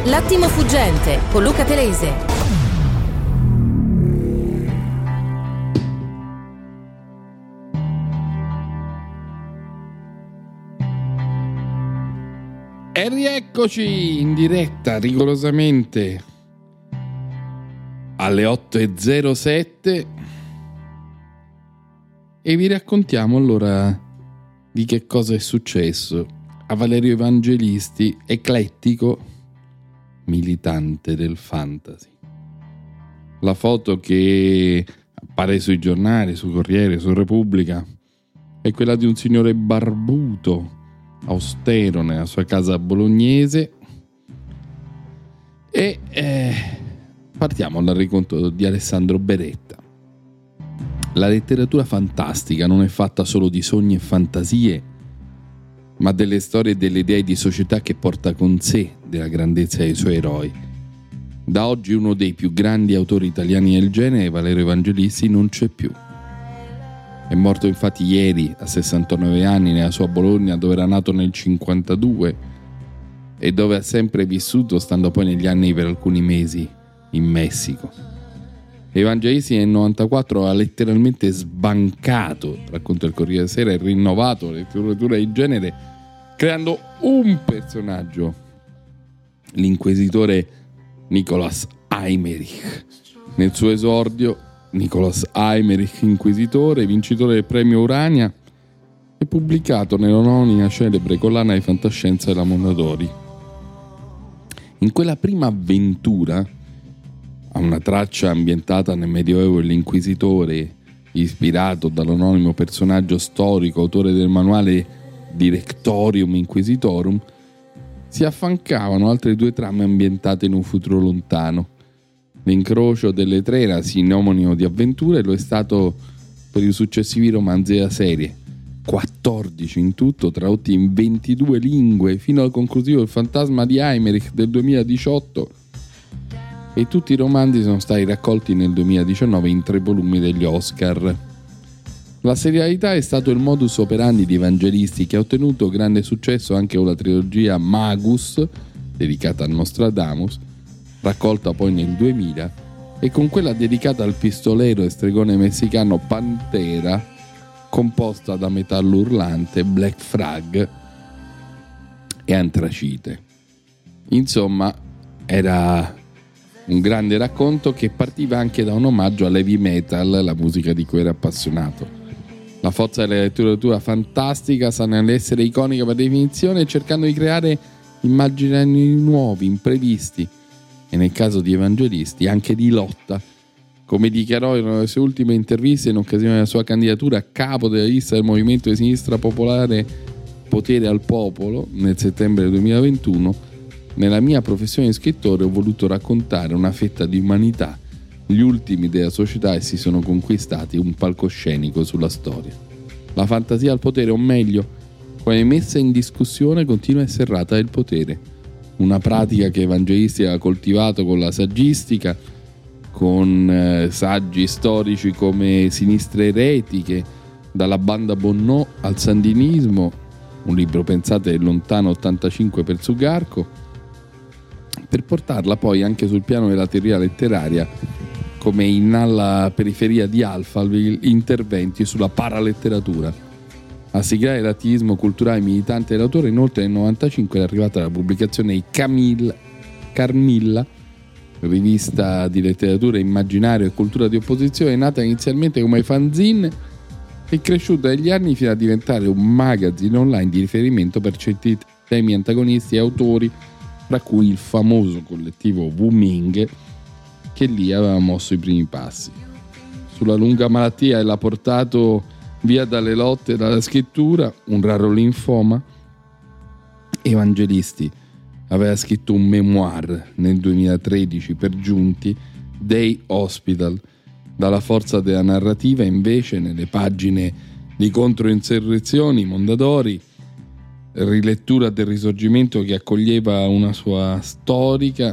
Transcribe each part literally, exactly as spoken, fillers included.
L'attimo fuggente con Luca Telese. E rieccoci in diretta rigorosamente alle otto e zero sette e vi raccontiamo allora di che cosa è successo a Valerio Evangelisti, eclettico militante del fantasy. La foto che appare sui giornali, su Corriere, su Repubblica è quella di un signore barbuto, austero, nella sua casa bolognese. E eh, partiamo dal racconto di Alessandro Beretta. La letteratura fantastica non è fatta solo di sogni e fantasie, ma delle storie e delle idee di società che porta con sé della grandezza dei suoi eroi. Da oggi uno dei più grandi autori italiani del genere, Valerio Evangelisti, non c'è più. È morto infatti ieri a sessantanove anni nella sua Bologna, dove era nato nel cinquantadue e dove ha sempre vissuto, stando poi negli anni per alcuni mesi in Messico. Evangelisti nel novantaquattro ha letteralmente sbancato, racconta il Corriere della Sera, e rinnovato la letteratura di genere creando un personaggio, l'inquisitore Nicolas Eymerich. Nel suo esordio, Nicolas Eymerich, inquisitore, vincitore del premio Urania, è pubblicato nell'anonima celebre collana di fantascienza della Mondadori. In quella prima avventura, a una traccia ambientata nel Medioevo, l'Inquisitore, ispirato dall'anonimo personaggio storico, autore del manuale Directorium Inquisitorum, si affancavano altre due trame ambientate in un futuro lontano. L'incrocio delle tre era sinonimo di avventura e lo è stato per i successivi romanzi della serie, quattordici in tutto, tradotti in ventidue lingue, fino al conclusivo Il fantasma di Eymerich del duemiladiciotto, e tutti i romanzi sono stati raccolti nel duemiladiciannove in tre volumi degli Oscar. La serialità è stato il modus operandi di Evangelisti, che ha ottenuto grande successo anche con la trilogia Magus, dedicata a Nostradamus, raccolta poi nel duemila, e con quella dedicata al pistolero e stregone messicano Pantera, composta da Metallo Urlante, Black Flag e Antracite. Insomma, era un grande racconto che partiva anche da un omaggio all'heavy metal, la musica di cui era appassionato. La forza della letteratura fantastica sta nell'essere iconica per definizione, cercando di creare immaginari nuovi, imprevisti, e nel caso di Evangelisti anche di lotta, come dichiarò in una delle sue ultime interviste in occasione della sua candidatura a capo della lista del movimento di sinistra popolare Potere al Popolo nel settembre del duemilaventuno: nella mia professione di scrittore ho voluto raccontare una fetta di umanità, gli ultimi della società, e si sono conquistati un palcoscenico sulla storia. La fantasia al potere, o meglio, come messa in discussione continua e serrata del potere, una pratica che Evangelisti ha coltivato con la saggistica, con eh, saggi storici come Sinistre eretiche, dalla banda Bonnò al sandinismo, un libro pensato del lontano ottantacinque per Sugarco, per portarla poi anche sul piano della teoria letteraria, come in Alla periferia di Alphaville interventi sulla paraletteratura. A siglare l'attivismo culturale militante dell'autore, inoltre nel novantacinque è arrivata la pubblicazione di Camilla, Carmilla, rivista di letteratura, immaginario e cultura di opposizione, nata inizialmente come fanzine e cresciuta negli anni fino a diventare un magazine online di riferimento per certi temi antagonisti e autori, tra cui il famoso collettivo Wu Ming, che lì aveva mosso i primi passi. Sulla lunga malattia e l'ha portato via dalle lotte e dalla scrittura, un raro linfoma. Evangelisti aveva scritto un memoir nel duemilatredici per Giunti, Day Hospital. Dalla forza della narrativa, invece, nelle pagine di Controinsurrezioni, Mondadori, rilettura del Risorgimento che accoglieva una sua storica,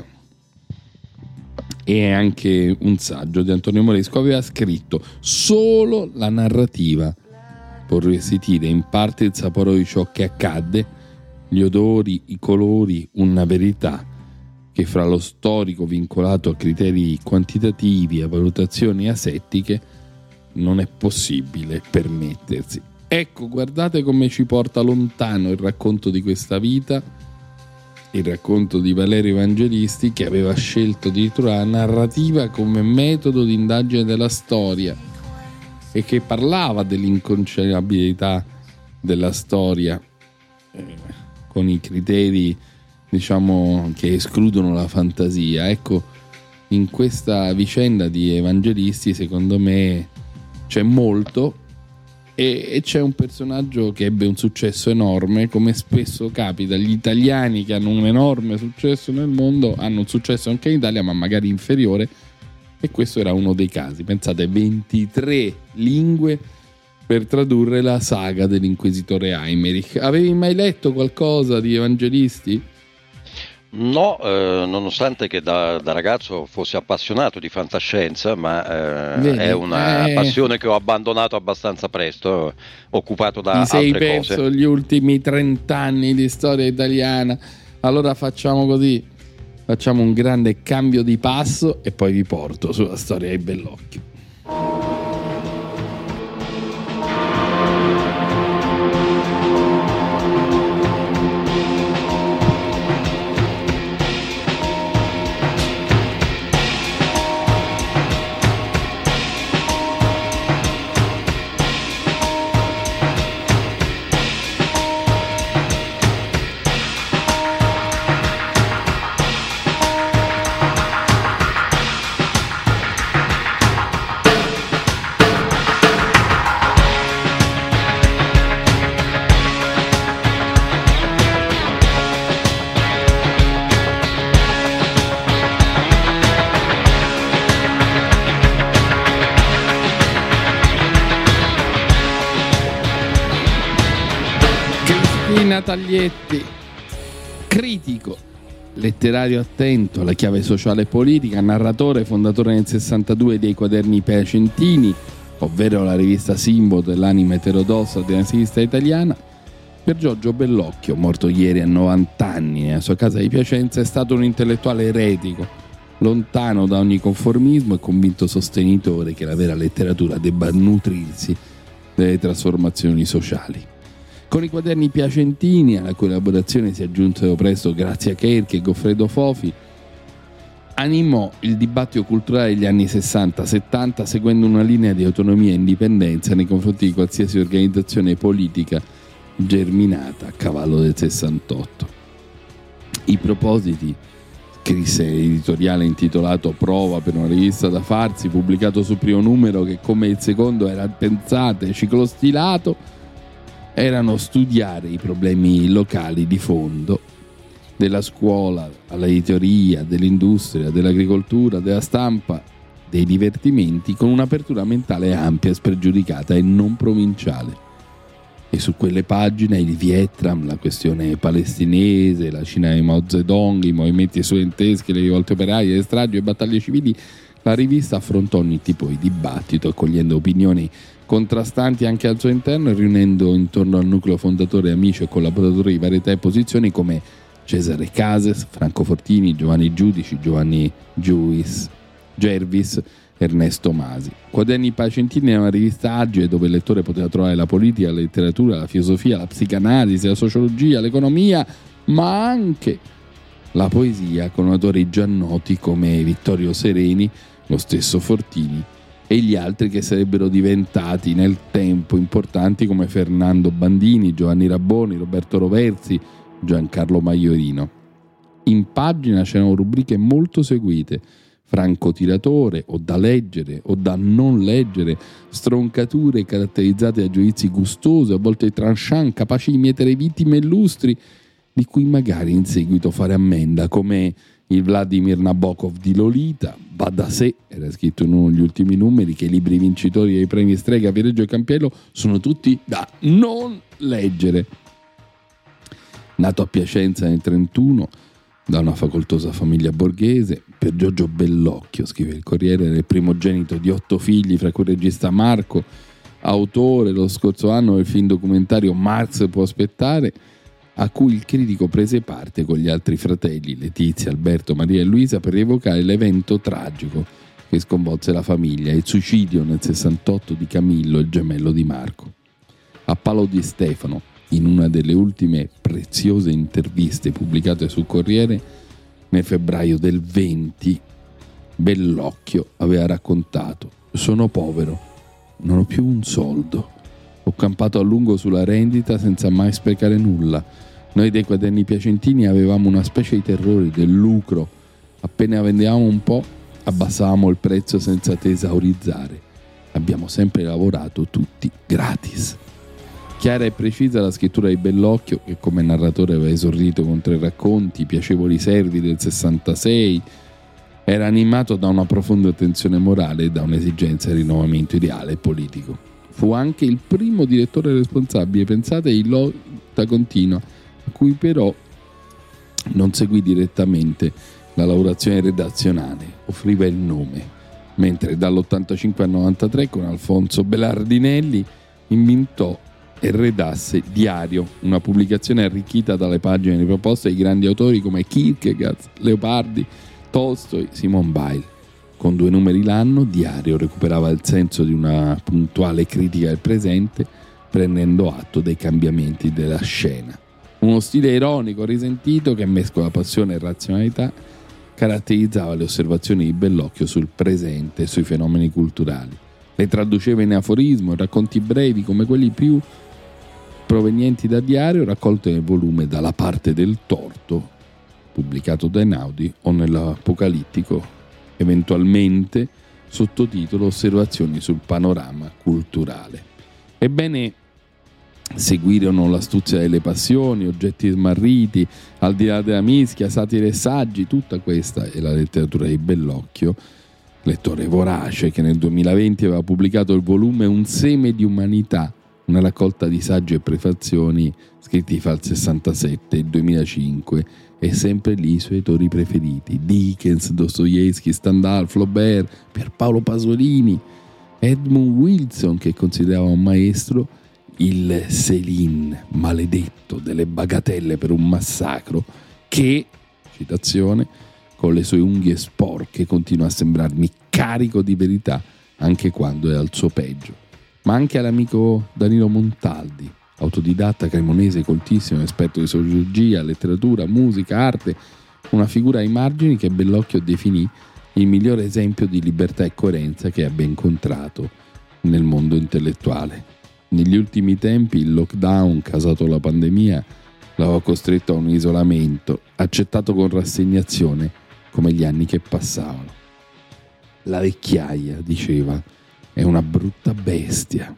e anche un saggio di Antonio Moresco, aveva scritto: solo la narrativa può restituire in parte il sapore di ciò che accadde, gli odori, i colori, una verità che fra lo storico vincolato a criteri quantitativi e a valutazioni asettiche non è possibile permettersi. Ecco, guardate come ci porta lontano il racconto di questa vita, il racconto di Valerio Evangelisti, che aveva scelto addirittura la narrativa come metodo di indagine della storia e che parlava dell'inconciliabilità della storia eh, con i criteri, diciamo, che escludono la fantasia. Ecco, in questa vicenda di Evangelisti secondo me c'è molto e, e c'è un personaggio che ebbe un successo enorme, come spesso capita. Gli italiani che hanno un enorme successo nel mondo hanno un successo anche in Italia, ma magari inferiore, e questo era uno dei casi. Pensate, ventitré lingue per tradurre la saga dell'inquisitore Eymerich. Avevi mai letto qualcosa di Evangelisti? No, eh, nonostante che da, da ragazzo fossi appassionato di fantascienza, ma eh, Vedi, è una eh, passione che ho abbandonato abbastanza presto, occupato da altre cose. Ti sei perso gli ultimi trent'anni di storia italiana. Allora facciamo così, facciamo un grande cambio di passo e poi vi porto sulla storia di Bellocchio. Taglietti, critico, letterario attento alla chiave sociale e politica, narratore, fondatore nel sessantadue dei Quaderni Piacentini, ovvero la rivista simbolo dell'anima eterodossa della sinistra italiana, Pier Giorgio Bellocchio, morto ieri a novanta anni nella sua casa di Piacenza, è stato un intellettuale eretico, lontano da ogni conformismo e convinto sostenitore che la vera letteratura debba nutrirsi delle trasformazioni sociali. Con i Quaderni Piacentini, alla cui elaborazione si aggiunsero presto Grazia Cherchi e Goffredo Fofi, animò il dibattito culturale degli anni sessanta settanta seguendo una linea di autonomia e indipendenza nei confronti di qualsiasi organizzazione politica germinata a cavallo del sessantotto. I propositi, scrisse l'editoriale intitolato Prova per una rivista da farsi, pubblicato sul primo numero che come il secondo era, pensate, ciclostilato, erano studiare i problemi locali di fondo, della scuola all'editoria, dell'industria, dell'agricoltura, della stampa, dei divertimenti, con un'apertura mentale ampia, spregiudicata e non provinciale. E su quelle pagine il Vietnam, la questione palestinese, la Cina di Mao Zedong, i movimenti studenteschi, le rivolte operaie, le stragi e le battaglie civili, la rivista affrontò ogni tipo di dibattito, accogliendo opinioni contrastanti anche al suo interno e riunendo intorno al nucleo fondatore amici e collaboratori di varietà e posizioni come Cesare Cases, Franco Fortini, Giovanni Giudici, Giovanni Giuis, Gervis, Ernesto Masi. Quaderni Piacentini è una rivista agile dove il lettore poteva trovare la politica, la letteratura, la filosofia, la psicanalisi, la sociologia, l'economia, ma anche la poesia con autori già noti come Vittorio Sereni, lo stesso Fortini e gli altri che sarebbero diventati nel tempo importanti come Fernando Bandini, Giovanni Rabboni, Roberto Roversi, Giancarlo Maiorino. In pagina c'erano rubriche molto seguite: francotiratore, o da leggere o da non leggere, stroncature caratterizzate da giudizi gustosi, a volte tranchant, capaci di mietere vittime illustri, di cui magari in seguito fare ammenda, come il Vladimir Nabokov di Lolita. Va da sé, era scritto in uno degli ultimi numeri, che i libri vincitori dei premi Strega, Viareggio e Campiello sono tutti da non leggere. Nato a Piacenza nel trentuno da una facoltosa famiglia borghese, Pier Giorgio Bellocchio, scrive il Corriere, era il primogenito di otto figli, fra cui il regista Marco, autore lo scorso anno del film documentario Marx può aspettare, a cui il critico prese parte con gli altri fratelli, Letizia, Alberto, Maria e Luisa, per rievocare l'evento tragico che sconvolse la famiglia, il suicidio nel sessantotto di Camillo, il gemello di Marco. A Paolo Di Stefano, in una delle ultime preziose interviste pubblicate sul Corriere nel febbraio del venti, Bellocchio aveva raccontato: sono povero, non ho più un soldo, ho campato a lungo sulla rendita senza mai sprecare nulla. Noi dei Quaderni Piacentini avevamo una specie di terrore del lucro, appena vendevamo un po' abbassavamo il prezzo senza tesaurizzare. Abbiamo sempre lavorato tutti gratis. Chiara e precisa la scrittura di Bellocchio, che come narratore aveva esordito con tre racconti, Piacevoli servi del sessantasei, era animato da una profonda tensione morale e da un'esigenza di rinnovamento ideale e politico. Fu anche il primo direttore responsabile, pensate, di Lotta Continua, a cui però non seguì direttamente la lavorazione redazionale, offriva il nome, mentre dall'ottantacinque al novantatré con Alfonso Belardinelli inventò e redasse Diario, una pubblicazione arricchita dalle pagine di proposte di grandi autori come Kierkegaard, Leopardi, Tolstoi, Simone Weil. Con due numeri l'anno, Diario recuperava il senso di una puntuale critica del presente, prendendo atto dei cambiamenti della scena. Uno stile ironico, risentito, che mescola passione e razionalità, caratterizzava le osservazioni di Bellocchio sul presente e sui fenomeni culturali. Le traduceva in aforismo, racconti brevi come quelli più provenienti da Diario, raccolti nel volume Dalla parte del torto, pubblicato da Einaudi, o nell'Apocalittico, eventualmente sottotitolo Osservazioni sul panorama culturale. Ebbene, seguirono l'astuzia delle passioni, oggetti smarriti, Al di là della mischia, satire e saggi. Tutta questa è la letteratura di Bellocchio, lettore vorace che nel duemilaventi aveva pubblicato il volume Un seme di umanità, una raccolta di saggi e prefazioni scritti fra il sessantasette e il duemilacinque, e sempre lì i suoi autori preferiti: Dickens, Dostoevsky, Stendhal, Flaubert, Pierpaolo Pasolini, Edmund Wilson, che considerava un maestro, il Céline maledetto delle bagatelle per un massacro che, citazione, con le sue unghie sporche continua a sembrarmi carico di verità anche quando è al suo peggio. Ma anche all'amico Danilo Montaldi, autodidatta cremonese coltissimo, esperto di sociologia, letteratura, musica, arte, una figura ai margini che Bellocchio definì il migliore esempio di libertà e coerenza che abbia incontrato nel mondo intellettuale. Negli ultimi tempi il lockdown causato la pandemia l'aveva costretto a un isolamento, accettato con rassegnazione come gli anni che passavano. La vecchiaia, diceva, è una brutta bestia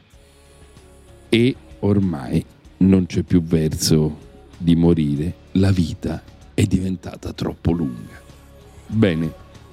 e ormai non c'è più verso di morire, la vita è diventata troppo lunga. Bene,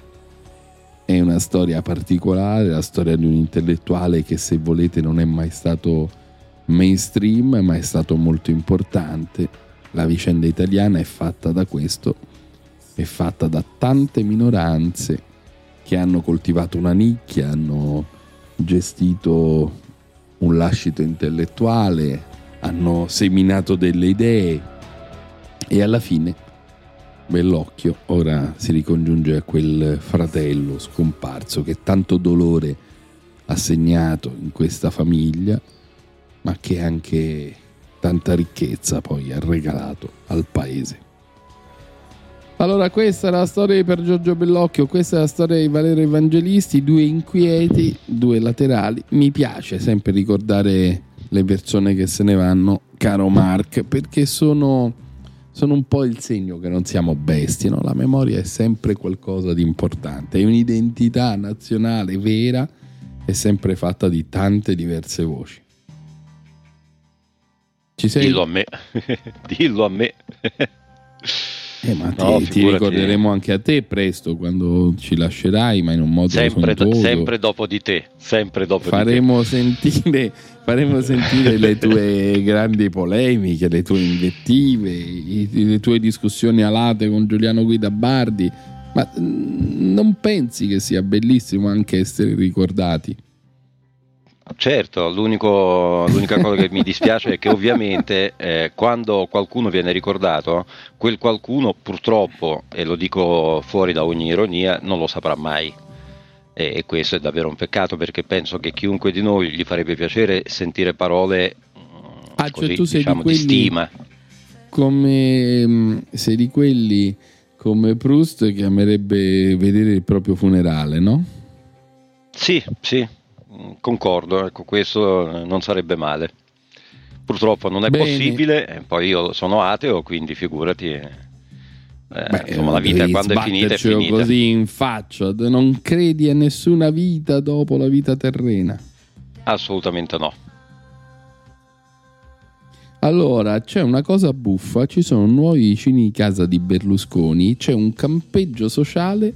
è una storia particolare, la storia di un intellettuale che, se volete, non è mai stato mainstream, ma è stato molto importante. La vicenda italiana è fatta da questo, è fatta da tante minoranze che hanno coltivato una nicchia, hanno gestito un lascito intellettuale, hanno seminato delle idee e alla fine Bellocchio ora si ricongiunge a quel fratello scomparso che tanto dolore ha segnato in questa famiglia, ma che anche tanta ricchezza poi ha regalato al paese. Allora, questa è la storia di Per Giorgio Bellocchio, questa è la storia di Valerio Evangelisti, due inquieti, due laterali. Mi piace sempre ricordare le persone che se ne vanno, caro Mark, perché sono, sono un po' il segno che non siamo bestie, no? La memoria è sempre qualcosa di importante, è un'identità nazionale vera, è sempre fatta di tante diverse voci. Ci sei? Dillo a me, dillo a me. Eh, ma no, ti, ti ricorderemo anche a te presto, quando ci lascerai, ma in un modo sempre, sontuoso. Sempre dopo di te, sempre dopo faremo di te. Sentire, faremo sentire le tue grandi polemiche, le tue invettive, i, le tue discussioni alate con Giuliano Guidabardi, ma non pensi che sia bellissimo anche essere ricordati? certo, l'unico, l'unica cosa che mi dispiace è che ovviamente eh, quando qualcuno viene ricordato, quel qualcuno purtroppo, e lo dico fuori da ogni ironia, non lo saprà mai. E, e questo è davvero un peccato, perché penso che chiunque di noi gli farebbe piacere sentire parole ah, così, cioè tu sei diciamo, di, quelli, di stima. Come sei di quelli come Proust che amerebbe vedere il proprio funerale, no? Sì, sì, concordo, ecco, questo non sarebbe male. Purtroppo non è Bene. possibile, poi io sono ateo, quindi figurati, eh, Beh, insomma, la vita quando è finita è finita. Così in faccia, non credi a nessuna vita dopo la vita terrena? Assolutamente no. Allora, c'è una cosa buffa, ci sono nuovi vicini di casa di Berlusconi, c'è un campeggio sociale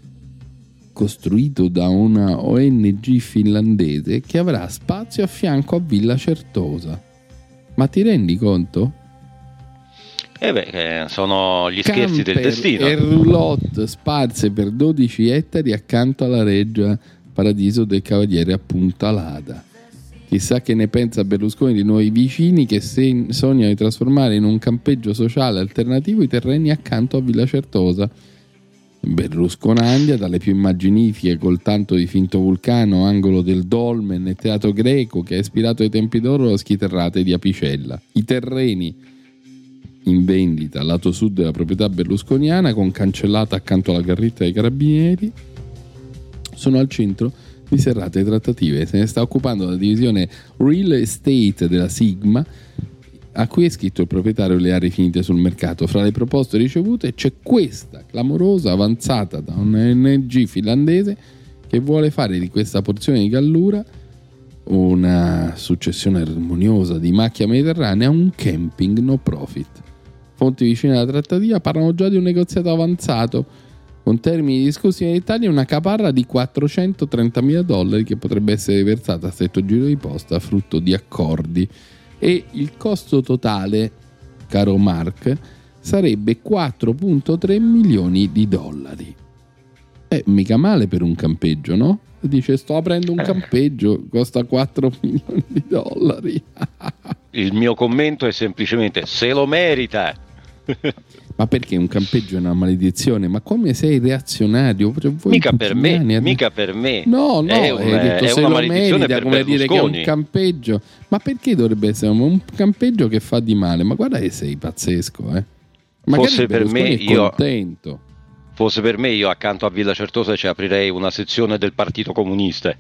costruito da una O N G finlandese che avrà spazio a fianco a Villa Certosa. Ma ti rendi conto? Eh beh, sono gli scherzi Camper del destino. e roulotte sparse per dodici ettari accanto alla reggia Paradiso del Cavaliere a Punta Lada. Chissà che ne pensa Berlusconi di nuovi vicini che se- sognano di trasformare in un campeggio sociale alternativo i terreni accanto a Villa Certosa. Berlusconandia, dalle più immaginifiche col tanto di finto vulcano, angolo del dolmen e teatro greco che ha ispirato ai tempi d'oro le schiterrate di Apicella. I terreni in vendita lato sud della proprietà berlusconiana, con cancellata accanto alla carretta dei carabinieri, sono al centro di serrate trattative. Se ne sta occupando la divisione Real Estate della Sigma, a cui è scritto il proprietario delle aree finite sul mercato. Fra le proposte ricevute c'è questa clamorosa avanzata da un O N G finlandese che vuole fare di questa porzione di Gallura, una successione armoniosa di macchia mediterranea, un camping no profit. Fonti vicine alla trattativa parlano già di un negoziato avanzato con termini discussi in Italia, una caparra di quattrocentotrentamila dollari che potrebbe essere versata a stretto giro di posta frutto di accordi, e il costo totale, caro Mark, sarebbe quattro virgola tre milioni di dollari. Eh, mica male per un campeggio, no? Dice sto aprendo un campeggio, costa quattro milioni di dollari. Il mio commento è semplicemente: se lo merita. Ma perché un campeggio è una maledizione? Ma come sei reazionario? Cioè, mica per me, mica per me. No, no, è un, hai detto è se una lo maledizione merita, per come dire che è un Berlusconi. campeggio. Ma perché dovrebbe essere un campeggio che fa di male? Ma guarda che sei pazzesco, eh. Magari Fosse per me, è io contento. Fosse per me, io accanto a Villa Certosa ci aprirei una sezione del Partito Comunista.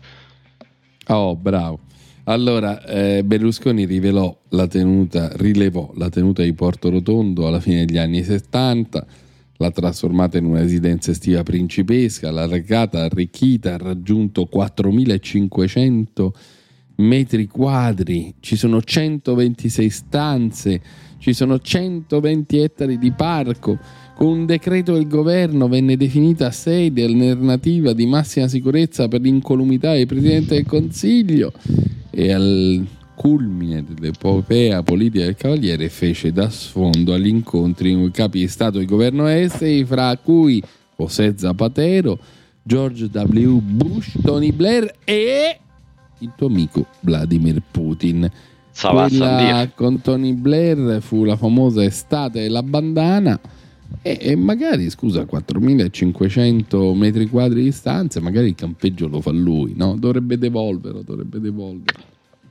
Oh, bravo. Allora, eh, Berlusconi rivelò la tenuta, rilevò la tenuta di Porto Rotondo alla fine degli anni settanta, l'ha trasformata in una residenza estiva principesca, l'ha allargata, arricchita, ha raggiunto quattromilacinquecento metri quadri, ci sono centoventisei stanze, ci sono centoventi ettari di parco. Con un decreto del governo venne definita sede alternativa di massima sicurezza per l'incolumità del Presidente del Consiglio, e al culmine dell'epopea politica del Cavaliere fece da sfondo agli incontri con i capi di Stato e governo esteri, fra cui José Zapatero, George W. Bush, Tony Blair e il tuo amico Vladimir Putin. Quella con Tony Blair fu la famosa estate della bandana. E, e magari, scusa, quattromilacinquecento metri quadri di stanze, magari il campeggio lo fa lui, no? Dovrebbe devolverlo, dovrebbe devolverlo.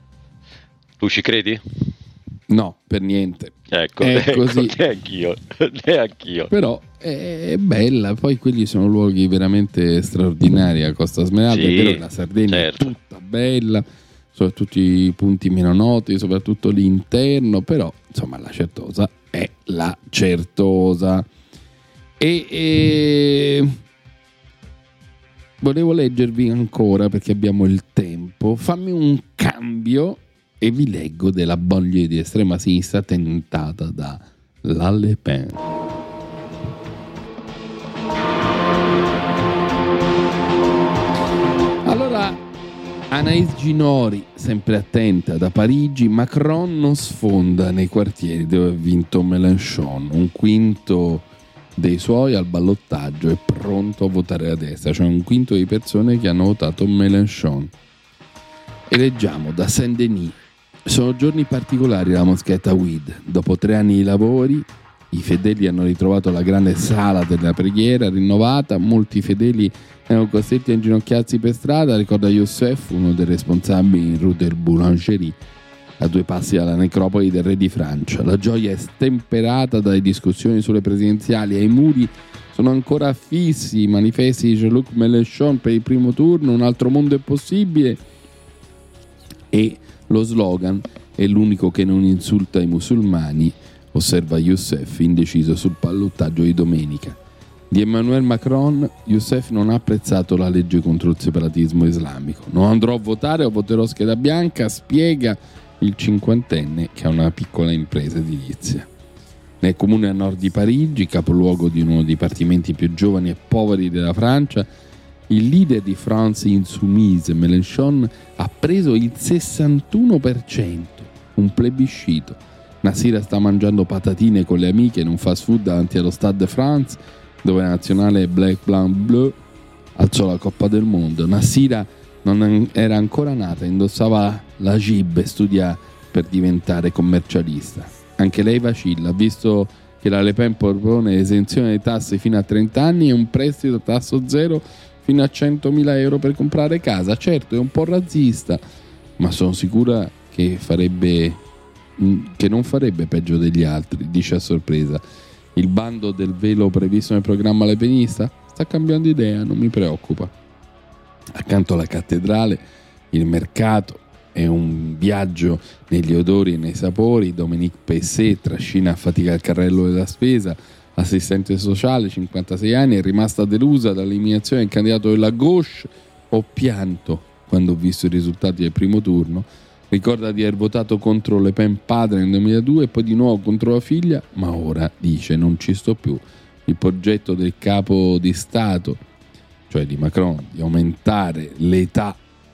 Tu ci credi? No, per niente. Ecco, è ecco così. Neanch'io, neanch'io. Però è, è bella, poi quelli sono luoghi veramente straordinari a Costa Smeralda, sì, è vero che la Sardegna certo. È tutta bella, soprattutto i punti meno noti, soprattutto l'interno, però insomma la Certosa è la Certosa. E, e volevo leggervi ancora, perché abbiamo il tempo, fammi un cambio e vi leggo della banlieue di estrema sinistra tentata da La Le Pen. Allora, Anaïs Ginori, sempre attenta da Parigi, Macron non sfonda nei quartieri dove ha vinto Mélenchon, un quinto dei suoi al ballottaggio è pronto a votare a destra, cioè un quinto di persone che hanno votato Mélenchon. E leggiamo da Saint-Denis: sono giorni particolari alla moschetta Oued. Dopo tre anni di lavori, i fedeli hanno ritrovato la grande sala della preghiera rinnovata. Molti fedeli erano costretti a inginocchiarsi per strada, ricorda Youssef, uno dei responsabili in Rue de Boulangerie, a due passi dalla necropoli del re di Francia. La gioia è stemperata dalle discussioni sulle presidenziali. Ai muri sono ancora affissi i manifesti di Jean-Luc Mélenchon per il primo turno: un altro mondo è possibile, e lo slogan è l'unico che non insulta i musulmani, osserva Youssef, indeciso sul ballottaggio di domenica. Di Emmanuel Macron, Youssef non ha apprezzato la legge contro il separatismo islamico. Non andrò a votare o voterò scheda bianca, spiega il cinquantenne che ha una piccola impresa edilizia. Nel comune a nord di Parigi, capoluogo di uno dei dipartimenti più giovani e poveri della Francia, il leader di France Insoumise, Mélenchon, ha preso il sessantuno per cento, un plebiscito. Nasira sta mangiando patatine con le amiche in un fast food davanti allo Stade de France, dove la nazionale Black Blanc Bleu alzò la Coppa del Mondo. Nasira non era ancora nata, indossava la gib e studia per diventare commercialista. Anche lei vacilla, visto che la Le Pen propone esenzione delle tasse fino a trenta anni e un prestito a tasso zero fino a centomila euro per comprare casa. Certo, è un po' razzista, ma sono sicura che farebbe che non farebbe peggio degli altri, dice a sorpresa. Il bando del velo previsto nel programma lepenista sta cambiando idea, non mi preoccupa. Accanto alla cattedrale, il mercato è un viaggio negli odori e nei sapori. Dominique Pesset trascina a fatica il carrello della spesa. Assistente sociale, cinquantasei anni, è rimasta delusa dall'eliminazione del candidato della gauche. Ho pianto quando ho visto i risultati del primo turno. Ricorda di aver votato contro Le Pen padre nel duemiladue e poi di nuovo contro la figlia, ma ora dice: non ci sto più. Il progetto del capo di Stato, cioè di Macron, di aumentare l'età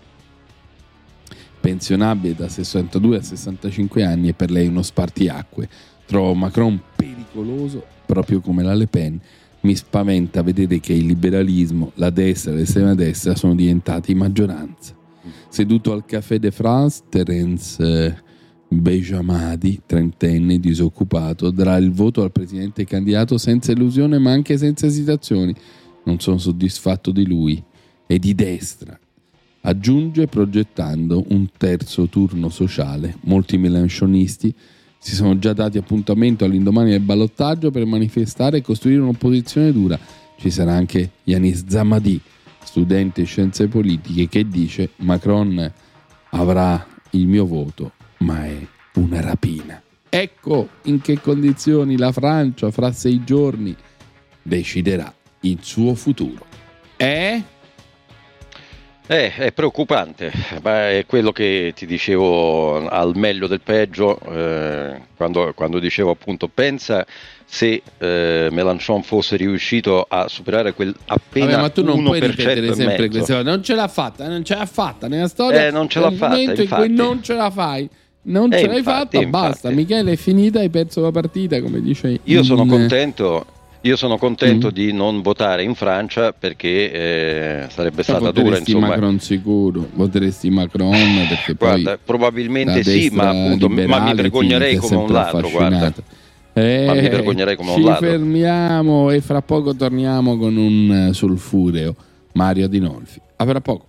pensionabile da sessantadue a sessantacinque anni è per lei uno spartiacque. Trovo Macron pericoloso, proprio come la Le Pen. Mi spaventa vedere che il liberalismo, la destra e l'estrema destra sono diventati maggioranza. Seduto al Café de France, Terence Bejamadi, trentenne, disoccupato, darà il voto al presidente candidato senza illusione ma anche senza esitazioni. Non sono soddisfatto di lui. È di destra, aggiunge, progettando un terzo turno sociale. Molti melanchonisti si sono già dati appuntamento all'indomani del ballottaggio per manifestare e costruire un'opposizione dura. Ci sarà anche Yanis Zamadi, studente di scienze politiche, che dice: Macron avrà il mio voto, ma è una rapina. Ecco in che condizioni la Francia fra sei giorni deciderà il suo futuro. Eh? Eh, è preoccupante, ma è quello che ti dicevo al meglio del peggio, eh, quando, quando dicevo appunto pensa se eh, Mélenchon fosse riuscito a superare quel appena Vabbè, ma tu non uno puoi per cento ripetere sempre queste cose. Non ce l'ha fatta, non ce l'ha fatta nella storia. Eh, non ce l'ha fatta, in infatti. cui non ce la fai, non eh, ce l'hai infatti, fatta, infatti. basta. Michele, è finita, hai perso la partita, come dice. Io in... sono contento. Io sono contento Mm. di non votare in Francia perché eh, sarebbe Cioè, stata dura, voteresti insomma. Macron sicuro, voteresti Macron perché Guarda, poi probabilmente la sì, ma destra appunto ma mi liberale vergognerei ti- ti è come un sempre ladro, guarda. affascinata. Eh, Ma mi vergognerei come un ci ladro. fermiamo e fra poco torniamo con un eh, sulfureo Mario Adinolfi. A fra poco.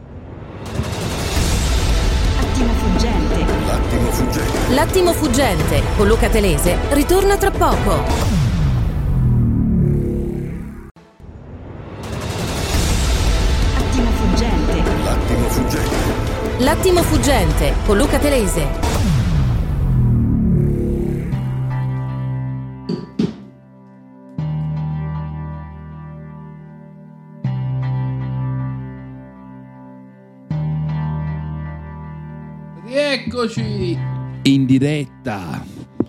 Attimo fuggente. L'attimo fuggente. L'attimo fuggente con Luca Telese ritorna tra poco. Attimo fuggente. L'attimo fuggente. L'attimo fuggente con Luca Telese. Rieccoci in diretta.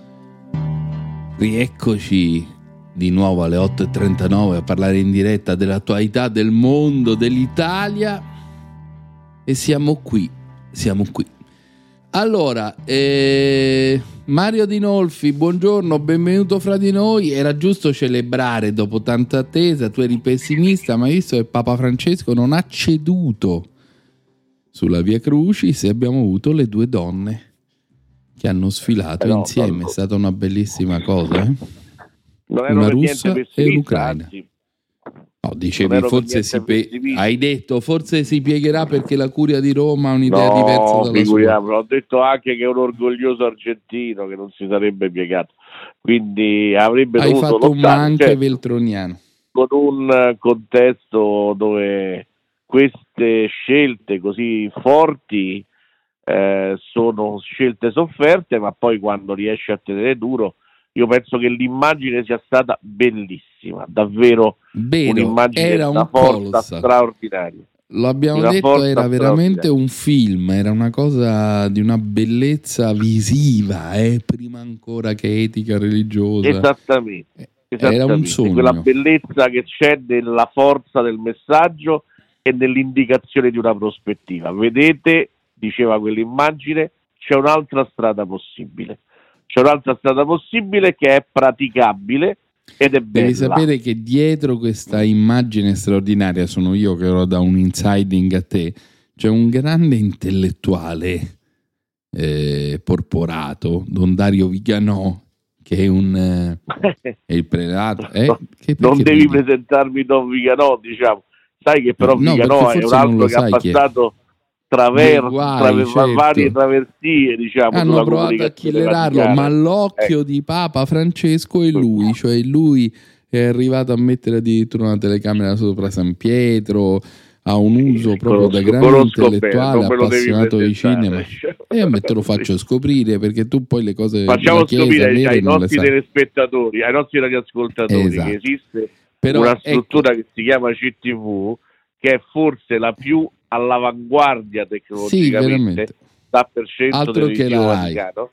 Rieccoci di nuovo alle otto e trentanove a parlare in diretta dell'attualità del mondo, dell'Italia. E siamo qui, siamo qui. Allora, eh, Mario Adinolfi, buongiorno, benvenuto fra di noi. Era giusto celebrare dopo tanta attesa, tu eri pessimista, ma hai visto che Papa Francesco non ha ceduto. sulla Via Crucis e abbiamo avuto le due donne che hanno sfilato eh no, insieme. No. È stata una bellissima cosa, eh? Non una russa e l'ucraina. Anzi, no, dicevi forse si pe- hai detto forse si piegherà perché la curia di Roma ha un'idea no, diversa dalla figuriamo, sua. Ho detto anche che è un orgoglioso argentino che non si sarebbe piegato, quindi avrebbe hai dovuto fatto lottare, un ma anche certo, veltroniano, con un contesto dove queste scelte così forti eh, sono scelte sofferte, ma poi quando riesci a tenere duro, io penso che l'immagine sia stata bellissima, davvero. Vero, un'immagine era una un forza colossal. straordinaria. Lo abbiamo detto, era veramente un film, era una cosa di una bellezza visiva, eh, prima ancora che etica religiosa. Esattamente, esattamente. Era un sogno. Quella bellezza che c'è nella forza del messaggio e nell'indicazione di una prospettiva. Vedete, diceva quell'immagine, c'è un'altra strada possibile. C'è un'altra strada possibile che è praticabile ed è bella. Devi sapere che dietro questa immagine straordinaria, sono io che ero da un insiding a te, c'è un grande intellettuale eh, porporato, Don Dario Viganò, che è un eh, è il prelato. Eh? No, che, non devi ridi? presentarmi Don Viganò, diciamo. Sai che però no, Viganò è un altro che ha passato traver- guai, traver- certo. varie traversie, diciamo. Hanno provato a killerarlo, ma l'occhio eh. di Papa Francesco è lui, cioè lui è arrivato a mettere addirittura una telecamera sopra San Pietro, ha un uso proprio conosco, da grande intellettuale bene, appassionato di cinema, e a me te lo faccio scoprire, perché tu poi le cose facciamo chiesa, scoprire vere, ai non nostri telespettatori, ai nostri radioascoltatori, esatto. che esiste Però, una struttura ecco, che si chiama C T V, che è forse la più all'avanguardia tecnologicamente, sì, sta per cento altro del che la Rai,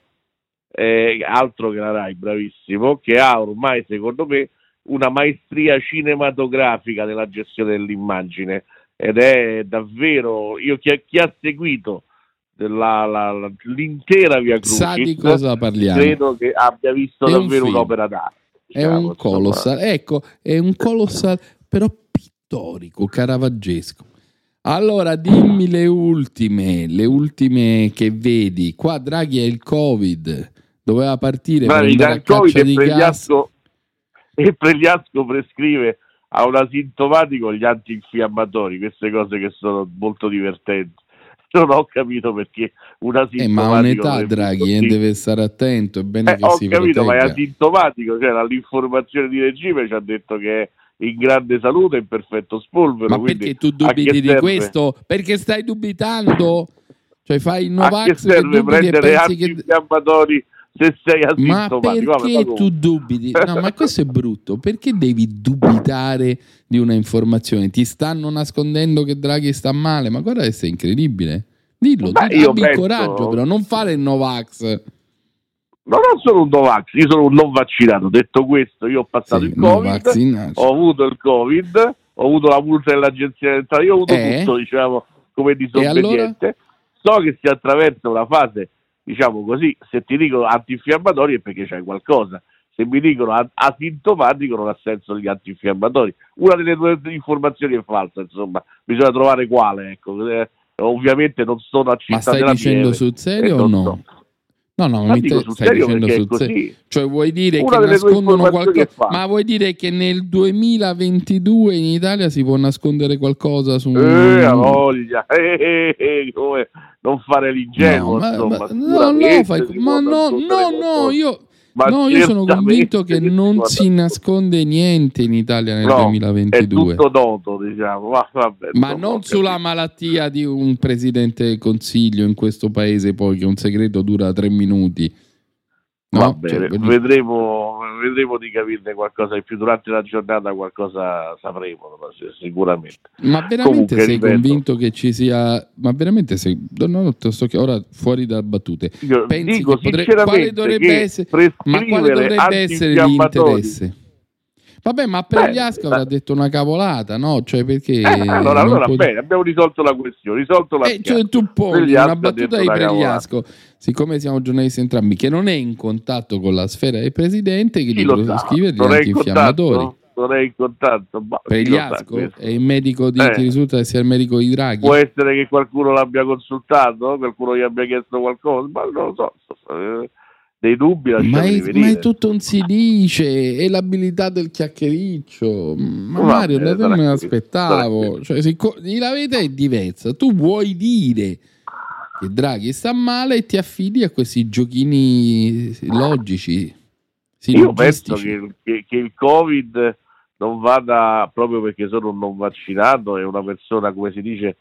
eh, altro che la Rai, bravissimo, che ha ormai secondo me una maestria cinematografica nella gestione dell'immagine, ed è davvero, io chi, chi ha seguito la, la, la, l'intera Via Crucis, sa di cosa parliamo, credo che abbia visto è davvero un un'opera d'arte, diciamo, è un colossal, ecco, è un colossal però pittorico, caravaggesco. Allora dimmi le ultime, le ultime che vedi. Qua Draghi è il Covid, doveva partire Bravi, per andare a caccia di gas. E Pregliasco prescrive a un asintomatico gli antinfiammatori, queste cose che sono molto divertenti. Non ho capito perché un asintomatico... Eh, ma a un'età Draghi eh, deve stare attento, è bene eh, che ho si capito, protegga. Ma è asintomatico, cioè l'informazione di regime ci ha detto che è in grande salute, in perfetto spolvero. Ma perché tu dubiti di questo? Perché stai dubitando? Cioè fai il Novax, a che serve prendere antinfiammatori che... se sei asintomatico? Ma perché Vabbè, tu dubiti? No, ma questo è brutto. Perché devi dubitare di una informazione? Ti stanno nascondendo che Draghi sta male? Ma guarda che sei incredibile. Dillo, Beh, dillo, abbi penso... coraggio, però non fare il Novax. No, non sono un Novax, io sono un non vaccinato. Detto questo, io ho passato sì, il Covid, ho avuto il Covid, ho avuto la multa dell'agenzia dentale, io ho avuto eh? tutto, diciamo, come disobbediente. Allora? So che si attraversa una fase, diciamo così, se ti dicono antinfiammatori è perché c'hai qualcosa, se mi dicono asintomatico non ha senso gli antinfiammatori. Una delle due informazioni è falsa, insomma, bisogna trovare quale, ecco. Eh, ovviamente non sono a Città della Pieve. Ma stai dicendo sul serio o no? So. No, no, ma mi dico te, sul stai serio dicendo perché sul è così. Serio. Cioè vuoi dire Una che nascondono qualcosa, ma vuoi dire che nel duemilaventidue in Italia si può nascondere qualcosa su un... Eh, a voglia, eh, eh, eh, come non fare l'ingenuo, no, ma, insomma. Ma, no, no, fai, ma no, no, no, io... Ma no, io sono convinto che non si nasconde niente in Italia nel no, duemilaventidue. È tutto noto, diciamo. Ma, vabbè, ma non sulla malattia di un presidente del consiglio in questo paese, poi che un segreto dura tre minuti. No? Va bene, cioè, vedremo, vedremo di capirne qualcosa di più durante la giornata, qualcosa sapremo sicuramente. Ma veramente Comunque, sei ripeto, convinto che ci sia? Ma veramente sei? No, sto ora fuori da battute. Io pensi dico che potrebbe, quale dovrebbe essere? Ma quale dovrebbe essere l'interesse? Vabbè, ma Pregliasco avrà detto una cavolata, no? Cioè perché eh, allora, allora può... bene, abbiamo risolto la questione, risolto la eh, cioè, tu poni una battuta di Pregliasco, siccome siamo giornalisti entrambi, che non è in contatto con la sfera del presidente, che gli può scrivere gli antinfiammatori. non è in contatto. Ma per gli Asco? È il medico di, eh. ti risulta che sia il medico di Draghi? Può essere che qualcuno l'abbia consultato, qualcuno gli abbia chiesto qualcosa, ma non lo so. Eh, dei dubbi ma è, ma è tutto un si dice, è l'abilità del chiacchiericcio. Ma no, Mario, da te me l'aspettavo. Cioè, la verità è diversa. Tu vuoi dire che Draghi sta male e ti affidi a questi giochini logici. Io penso che, che, che il Covid non vada, proprio perché sono un non vaccinato e una persona, come si dice,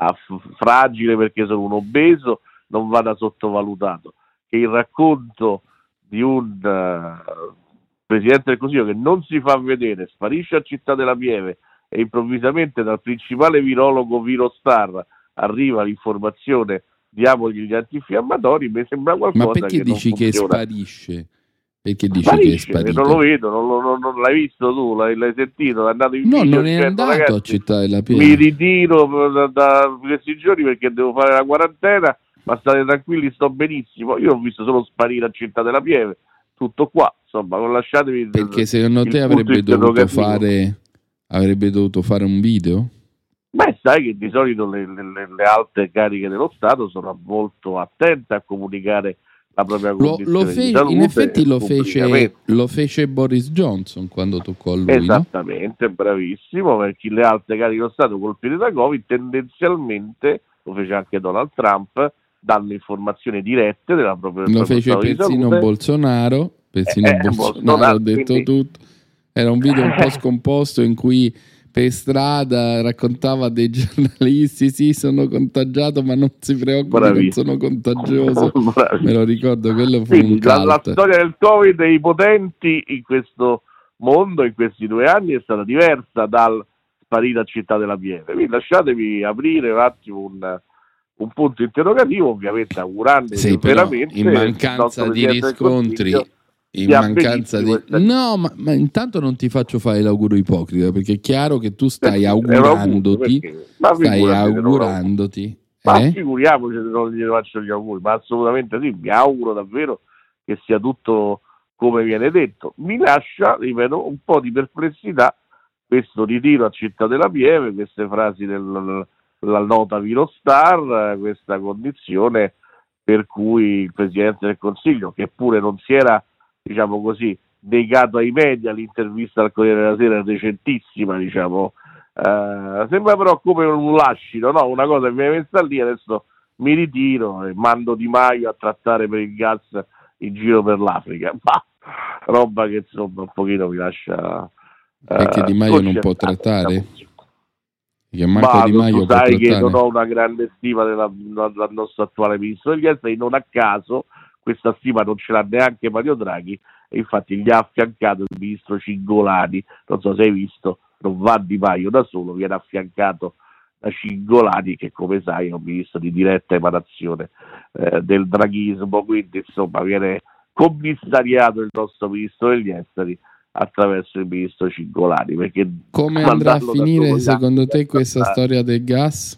fragile perché sono un obeso, non vada sottovalutato. Che il racconto di un uh, Presidente del Consiglio che non si fa vedere, sparisce a Città della Pieve e improvvisamente dal principale virologo Virostar arriva l'informazione diamogli gli antinfiammatori, mi sembra qualcosa. Ma perché che dici non che funziona. sparisce? Perché dici sparisce, che è sparito? Non lo vedo, non, lo, non, non l'hai visto tu, l'hai, l'hai sentito, è andato in no, video non è dicendo, andato ragazzi, a Città della Pieve. Mi ritiro da, da questi giorni perché devo fare la quarantena, ma state tranquilli, sto benissimo. Io ho visto solo sparire a Città della Pieve, tutto qua, insomma, non lasciatevi. Perché secondo te avrebbe dovuto fare avrebbe dovuto fare un video? Beh, sai che di solito le, le, le alte cariche dello Stato sono molto attente a comunicare la propria condizione lo, lo fe- di salute. In effetti lo fece, lo fece Boris Johnson quando toccò a lui, esattamente, no? Bravissimo, perché le alte cariche dello Stato colpite da Covid tendenzialmente, lo fece anche Donald Trump, danno informazioni dirette della propria lo fece persino Bolsonaro persino eh, Bolsonaro ha detto quindi... tutto. Era un video un po' scomposto in cui per strada raccontava dei giornalisti sì sono contagiato ma non si preoccupi, non sono contagioso. Me lo ricordo, quello fu quindi, un cult. La, la storia del Covid e i potenti in questo mondo in questi due anni è stata diversa dal sparire a Città della Pieve. Quindi lasciatemi aprire un attimo un un punto interrogativo, ovviamente augurando sì, veramente in mancanza di riscontri in mancanza di no ma, ma intanto non ti faccio fare l'augurio ipocrita, perché è chiaro che tu stai augurandoti perché, stai augurandoti ma eh? figuriamoci se non gli faccio gli auguri, ma assolutamente sì, mi auguro davvero che sia tutto come viene detto. Mi lascia, ripeto, un po' di perplessità questo ritiro a Città della Pieve, queste frasi del la nota Virostar, questa condizione per cui il Presidente del Consiglio, che pure non si era, diciamo così, negato ai media, l'intervista al Corriere della Sera è recentissima, diciamo, eh, sembra però come un lascito, no? Una cosa che mi è messa lì, adesso mi ritiro e mando Di Maio a trattare per il gas in giro per l'Africa, ma roba che insomma un pochino mi lascia... Eh, perché Di Maio non può trattare? Che ma Di Maio tu sai che non ho una grande stima della, del nostro attuale ministro degli esteri, non a caso questa stima non ce l'ha neanche Mario Draghi e infatti gli ha affiancato il ministro Cingolani, non so se hai visto, non va Di Maio da solo, viene affiancato da Cingolani che come sai è un ministro di diretta emanazione eh, del draghismo, quindi insomma viene commissariato il nostro ministro degli esteri attraverso il ministro Cingolani. Perché come andrà a finire secondo te questa storia del gas?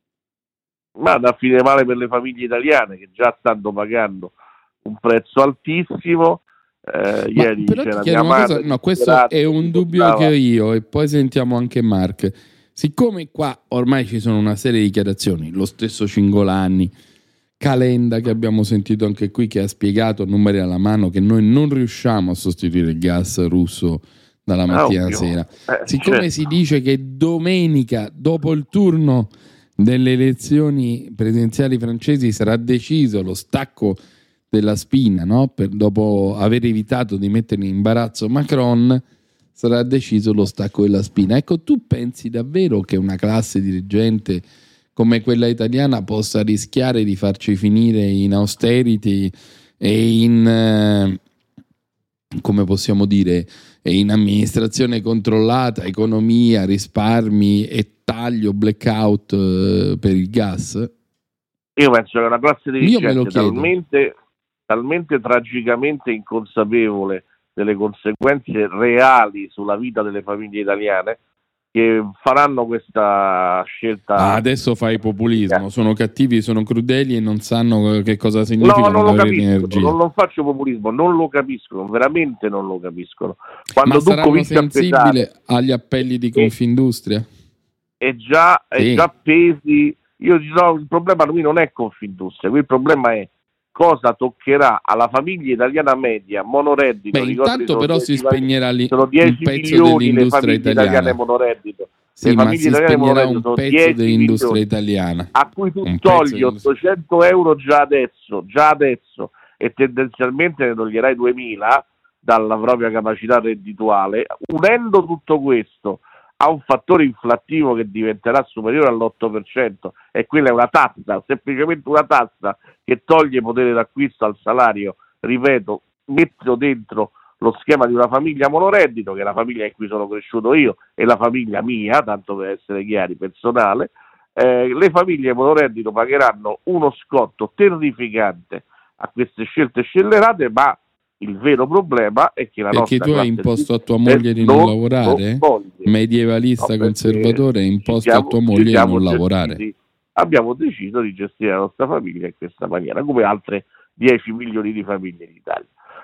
Ma da finire male per le famiglie italiane che già stanno pagando un prezzo altissimo. Eh, Ma ieri però c'era ti mia madre, cosa, no, questo è un dubbio portava... che ho io e poi sentiamo anche Mark. Siccome qua ormai ci sono una serie di dichiarazioni, lo stesso Cingolani, Calenda che abbiamo sentito anche qui, che ha spiegato numeri alla mano che noi non riusciamo a sostituire il gas russo dalla mattina alla sera. Eh, Siccome certo. si dice che domenica, dopo il turno delle elezioni presidenziali francesi, sarà deciso lo stacco della spina, no? Per, dopo aver evitato di mettere in imbarazzo Macron, sarà deciso lo stacco della spina. Ecco, tu pensi davvero che una classe dirigente come quella italiana possa rischiare di farci finire in austerity e in, eh, come possiamo dire, in amministrazione controllata, economia, risparmi e taglio, blackout eh, per il gas? Io penso che una classe dirigente talmente, talmente tragicamente inconsapevole delle conseguenze reali sulla vita delle famiglie italiane che faranno questa scelta. Ah, adesso fai populismo, sono cattivi, sono crudeli e non sanno che cosa significa. No, non lo capiscono, energia. non lo faccio populismo, non lo capiscono, veramente non lo capiscono. Quando Ma saranno sensibili agli appelli di Confindustria? È già, sì. è già pesi. Io dirò, il problema lui non è Confindustria, qui il problema è cosa toccherà alla famiglia italiana media monoreddito. Beh, intanto però si spegnerà lì sono dieci milioni le famiglie italiane italiana. monoreddito. Sì, le ma si spegnerà un pezzo dell'industria milioni, italiana a cui tu togli ottocento euro già adesso, già adesso e tendenzialmente ne toglierai duemila dalla propria capacità reddituale, unendo tutto questo ha un fattore inflattivo che diventerà superiore all'otto per cento e quella è una tassa, semplicemente una tassa che toglie potere d'acquisto al salario, ripeto, metto dentro lo schema di una famiglia monoreddito, che è la famiglia in cui sono cresciuto io e la famiglia mia, tanto per essere chiari, personale, eh, le famiglie monoreddito pagheranno uno scotto terrificante a queste scelte scellerate, ma il vero problema è che la perché nostra tu hai imposto a tua moglie di non, non lavorare? Non medievalista no, conservatore, hai imposto siamo, a tua moglie di non gestiti, lavorare. Abbiamo deciso di gestire la nostra famiglia in questa maniera, come altre dieci milioni di famiglie in Italia.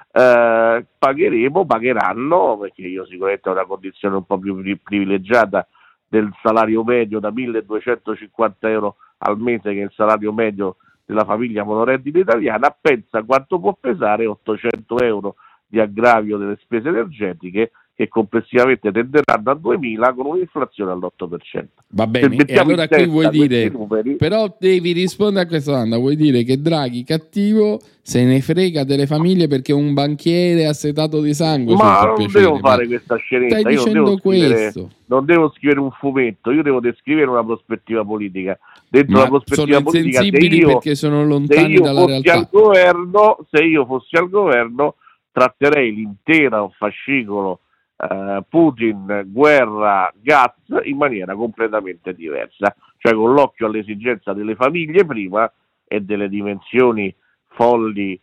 Eh, pagheremo, pagheranno, perché io sicuramente ho una condizione un po' più privilegiata del salario medio da milleduecentocinquanta euro al mese, che è il salario medio della famiglia monoreddito italiana. Pensa quanto può pesare ottocento euro di aggravio delle spese energetiche, che complessivamente tenderanno a duemila con un'inflazione all'otto per cento. Va bene, e allora qui vuoi dire, numeri, però devi rispondere a questa domanda, vuoi dire che Draghi cattivo se ne frega delle famiglie perché è un banchiere assetato di sangue? Ma non piacere, devo fare ma questa scenetta, stai io dicendo non devo, questo. Scrivere, non devo scrivere un fumetto, io devo descrivere una prospettiva politica. Dentro ma la prospettiva sono politica, insensibili io, perché sono lontani dalla realtà. Al governo, se io fossi al governo tratterei l'intero fascicolo Uh, Putin, guerra, gas in maniera completamente diversa, cioè con l'occhio all'esigenza delle famiglie prima e delle dimensioni folli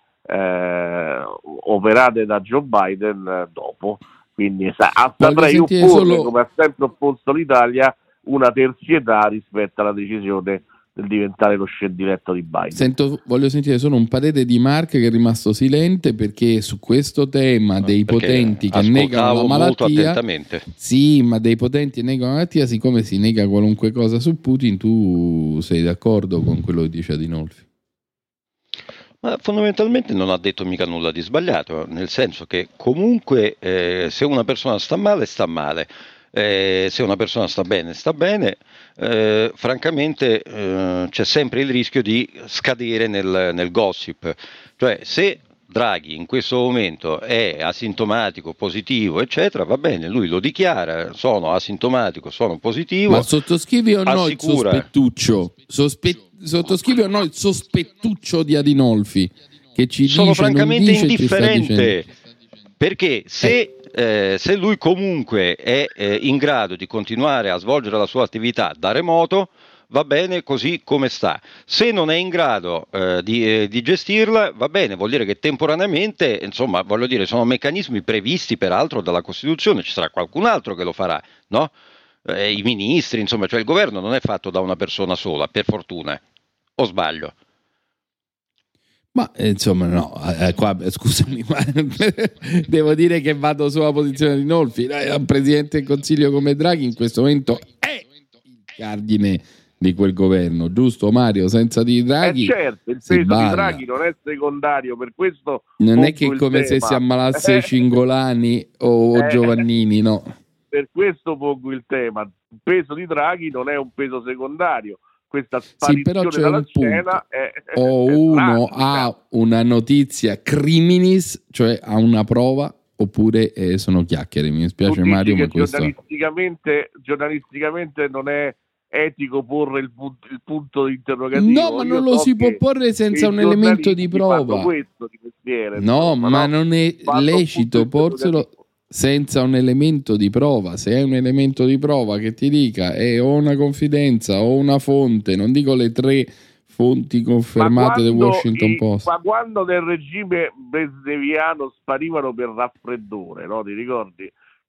uh, operate da Joe Biden dopo. Quindi sa, saprei opporre, solo... come ha sempre opposto l'Italia, una terzietà rispetto alla decisione del diventare lo scendiletto di Biden. Sento, voglio sentire solo un parere di Mark, che è rimasto silente, perché su questo tema no, dei potenti che negano la malattia, sì, ma dei potenti che negano la malattia, siccome si nega qualunque cosa su Putin, tu sei d'accordo con quello che dice Adinolfi? Ma fondamentalmente non ha detto mica nulla di sbagliato, nel senso che comunque eh, se una persona sta male, sta male. Eh, se una persona sta bene, sta bene, eh, francamente eh, c'è sempre il rischio di scadere nel, nel gossip, cioè se Draghi in questo momento è asintomatico, positivo, eccetera, va bene, lui lo dichiara, sono asintomatico, sono positivo. Ma sottoscrivi o no il sospettuccio? Sospe- sottoscrivi o no il sospettuccio di Adinolfi? Che ci sono dice, francamente non dice, indifferente, perché se... Eh. Eh, se lui comunque è eh, in grado di continuare a svolgere la sua attività da remoto, va bene così come sta. Se non è in grado eh, di, eh, di gestirla, va bene, vuol dire che temporaneamente, insomma, voglio dire, sono meccanismi previsti peraltro dalla Costituzione, ci sarà qualcun altro che lo farà, no? Eh, i ministri, insomma, cioè il governo non è fatto da una persona sola, per fortuna, o sbaglio? Ma insomma no, eh, qua, scusami, ma devo dire che vado sulla posizione di Nolfi. Un presidente del Consiglio come Draghi in questo momento è il cardine di quel governo, giusto Mario? Senza di Draghi, eh certo, il peso di Draghi non è secondario, per questo non è che è come se si ammalasse Cingolani o eh, Giovannini, no? Per questo pongo il tema, il peso di Draghi non è un peso secondario. Questa sparizione sì, però c'è dalla un scena è, o è uno tragica. Ha una notizia criminis, cioè ha una prova, oppure eh, sono chiacchiere. Mi spiace Mario, ma questo giornalisticamente, giornalisticamente non è etico porre il punto, il punto interrogativo. No, ma non Io lo so si può porre senza un elemento di prova. Questo di mestiere, no, insomma, ma no? non è Fanno lecito porselo senza un elemento di prova. Se hai un elemento di prova che ti dica è o una confidenza o una fonte, non dico le tre fonti confermate del Washington i, Post. Ma quando nel regime brezneviano sparivano per raffreddore, no? Ti ricordi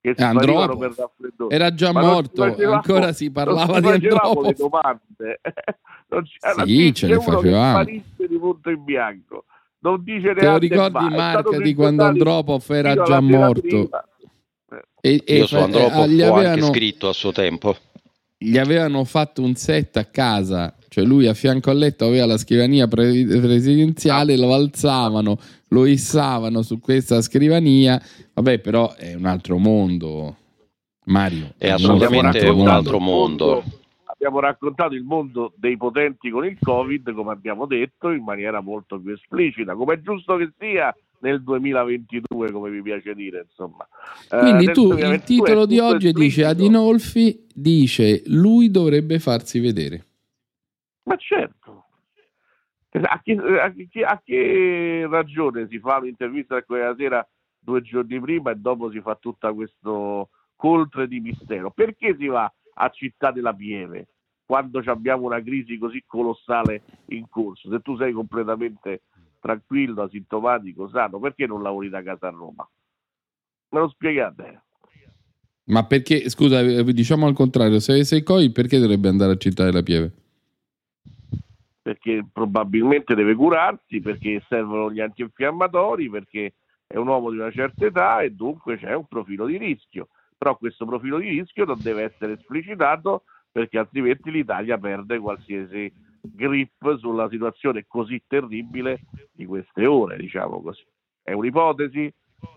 che si facevano per raffreddore. Era già morto, facevamo, ancora si parlava di Andropov. Le domande. Non c'era, sì, ce le facevamo. Di punto in bianco. Non dice te lo ricordi Marca di quando Andropov era già morto? E, e io su Andropov eh, ho avevano, anche scritto a suo tempo. Gli avevano fatto un set a casa, cioè lui a fianco al letto aveva la scrivania pre- presidenziale, lo alzavano, lo issavano su questa scrivania. Vabbè, però è un altro mondo, Mario. È, è assolutamente un altro mondo. Abbiamo raccontato il mondo dei potenti con il Covid, come abbiamo detto, in maniera molto più esplicita, come è giusto che sia nel duemilaventidue, come vi piace dire, insomma. Quindi eh, tu, il titolo di oggi esplicito. Dice Adinolfi, dice lui dovrebbe farsi vedere. Ma certo. A che, a che, a che ragione si fa un'intervista a quella sera due giorni prima e dopo si fa tutto questo coltre di mistero? Perché si va a Città della Pieve quando abbiamo una crisi così colossale in corso? Se tu sei completamente tranquillo, asintomatico, sano, perché non lavori da casa a Roma? Me lo spiegate? Ma perché, scusa, diciamo al contrario, se sei Covid, perché dovrebbe andare a Città della Pieve? Perché probabilmente deve curarsi, perché servono gli antinfiammatori, perché è un uomo di una certa età e dunque c'è un profilo di rischio. Però questo profilo di rischio non deve essere esplicitato, perché altrimenti l'Italia perde qualsiasi grip sulla situazione così terribile di queste ore, diciamo così. È un'ipotesi?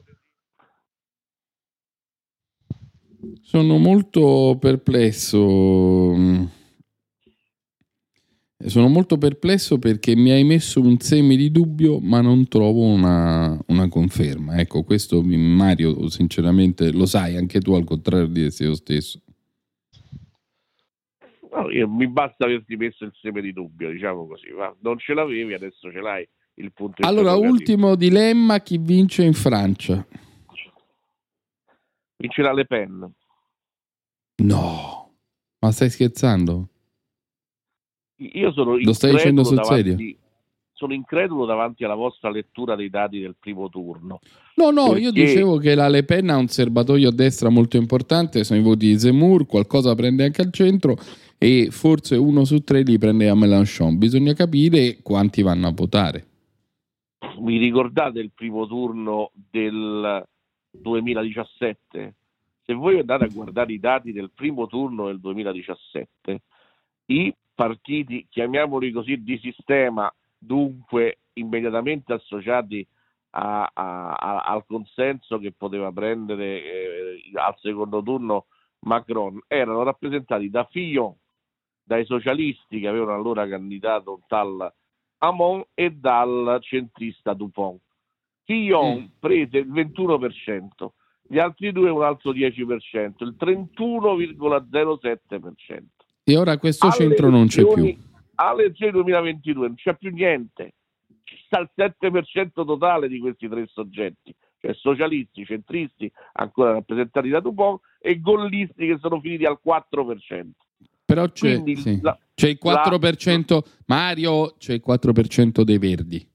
Sono molto perplesso. Sono molto perplesso perché mi hai messo un seme di dubbio, ma non trovo una, una conferma. Ecco, questo Mario, sinceramente, lo sai anche tu, al contrario di te stesso. No, io, mi basta averti messo il seme di dubbio, diciamo così. Va. Non ce l'avevi, adesso ce l'hai. Il punto allora, ultimo dilemma: chi vince in Francia? Vincerà Le Pen. No, ma stai scherzando? Io sono lo stai dicendo sul davanti, serio? Sono incredulo davanti alla vostra lettura dei dati del primo turno. No, no, perché... io dicevo che la Le Pen ha un serbatoio a destra molto importante, sono i voti di Zemmour, qualcosa prende anche al centro e forse uno su tre li prende a Mélenchon. Bisogna capire quanti vanno a votare. Vi ricordate il primo turno del duemiladiciassette? Se voi andate a guardare i dati del primo turno del duemiladiciassette, i partiti, chiamiamoli così, di sistema, dunque immediatamente associati a, a, a, al consenso che poteva prendere eh, al secondo turno Macron, erano rappresentati da Fillon, dai socialisti che avevano allora candidato un tal Hamon e dal centrista Dupont. Fillon mm. prese il ventuno per cento, gli altri due un altro dieci per cento, il trentuno virgola zero sette per cento. E ora questo alle centro non c'è più. Alle elezioni duemilaventidue non c'è più niente. Ci sta il sette per cento totale di questi tre soggetti, cioè socialisti, centristi, ancora rappresentati da Dupont, e gollisti che sono finiti al quattro per cento. Però c'è, Quindi, sì. la, c'è il quattro per cento, la, Mario, c'è il quattro per cento dei verdi.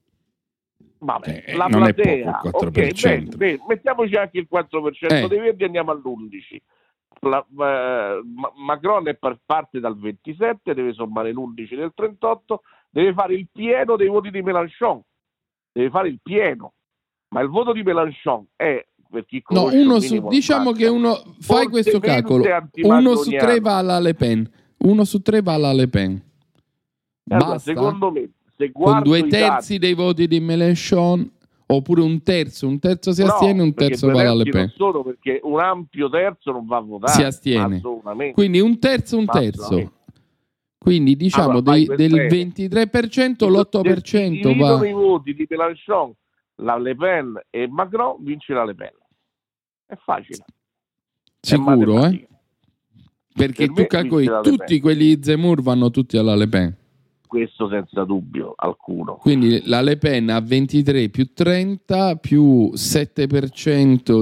Vabbè, eh, la non platea, è poco il quattro per cento. Okay, bene, bene, mettiamoci anche il quattro per cento eh. dei verdi e andiamo all'undici. La, uh, Macron è per parte dal ventisette, deve sommare l'undici del trentotto, deve fare il pieno dei voti di Mélenchon, deve fare il pieno, ma il voto di Mélenchon è, per chi conosce, no, uno su, diciamo che uno, fai questo calcolo, uno su tre va alla Le Pen, uno su tre va alla Le Pen. Allora, basta, secondo me, se con due terzi dati, dei voti di Mélenchon, oppure un terzo, un terzo si astiene, no, un terzo va alla Le Pen. Non solo, perché un ampio terzo non va a votare. Si astiene. Quindi un terzo, un terzo. Quindi diciamo allora, dei, del bene. ventitré per cento, l'otto per cento va. I voti di Mélenchon, la Le Pen e Macron, vince la Le Pen. È facile. Sicuro, eh? Perché per tu calcoli tutti quelli di Zemmour vanno tutti alla Le Pen. Questo senza dubbio alcuno. Quindi la Le Pen ha ventitré più trenta più sette per cento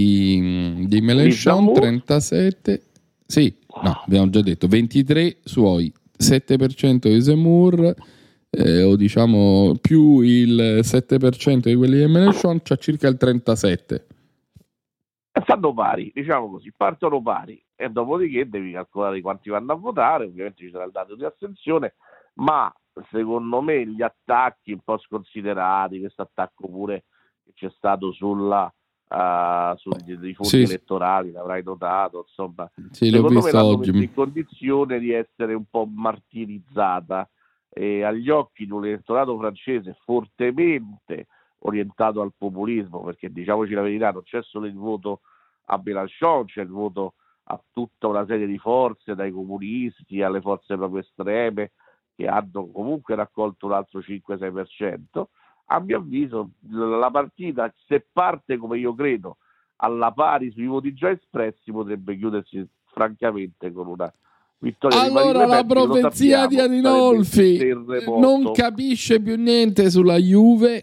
di, di Mélenchon, trentasette. Sì, no, abbiamo già detto ventitré suoi, sette per cento di Zemmour, eh, o diciamo più il sette per cento di quelli di Mélenchon, c'ha circa il trentasette. stanno pari, diciamo così, partono pari e dopodiché devi calcolare quanti vanno a votare, ovviamente ci sarà il dato di astensione, ma secondo me gli attacchi un po' sconsiderati, questo attacco pure che c'è stato sulla uh, sugli fondi sì, elettorali, l'avrai notato, insomma, sì, secondo me l'hanno oggi. messa in condizione di essere un po' martirizzata e agli occhi di un elettorato francese fortemente orientato al populismo, perché diciamoci la verità, non c'è solo il voto a Mélenchon, c'è il voto a tutta una serie di forze, dai comunisti alle forze proprio estreme, che hanno comunque raccolto un altro cinque sei per cento. A mio avviso la partita, se parte come io credo alla pari sui voti già espressi, potrebbe chiudersi francamente con una vittoria. Allora la profezia di Adinolfi non capisce più niente sulla Juve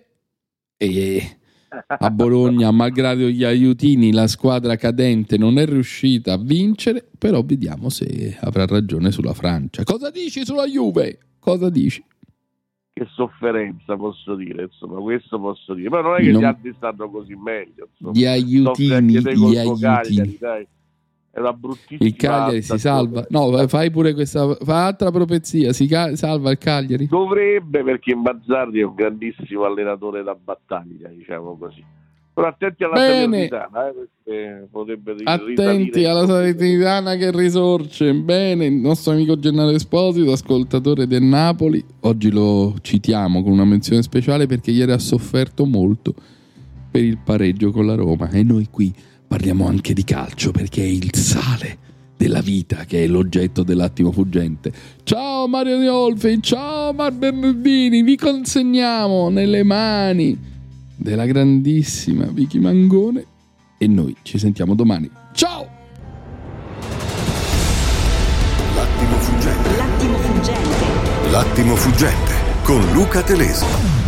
e a Bologna, malgrado gli aiutini, la squadra cadente non è riuscita a vincere, però vediamo se avrà ragione sulla Francia. Cosa dici sulla Juve? Cosa dici? Che sofferenza, posso dire, insomma, questo posso dire, però non è che non... gli altri stanno così meglio, insomma. Gli aiutini, gli aiutini. Cagliari, dai. È una bruttissima. Il Cagliari si salva? No, fai pure questa, fa altra profezia, si ca- salva il Cagliari? Dovrebbe, perché Mazzarri è un grandissimo allenatore da battaglia, diciamo così. Però attenti alla Salernitana, eh, perché potrebbe attenti alla Salernitana che risorge. Bene, il nostro amico Gennaro Esposito, ascoltatore del Napoli, oggi lo citiamo con una menzione speciale perché ieri ha sofferto molto per il pareggio con la Roma, e noi qui parliamo anche di calcio perché è il sale della vita che è l'oggetto dell'attimo fuggente. Ciao Mario Adinolfi, ciao Mar Bernardini, vi consegniamo nelle mani della grandissima Vicky Mangone e noi ci sentiamo domani. Ciao! L'attimo fuggente. L'attimo fuggente. L'attimo fuggente con Luca Telesi.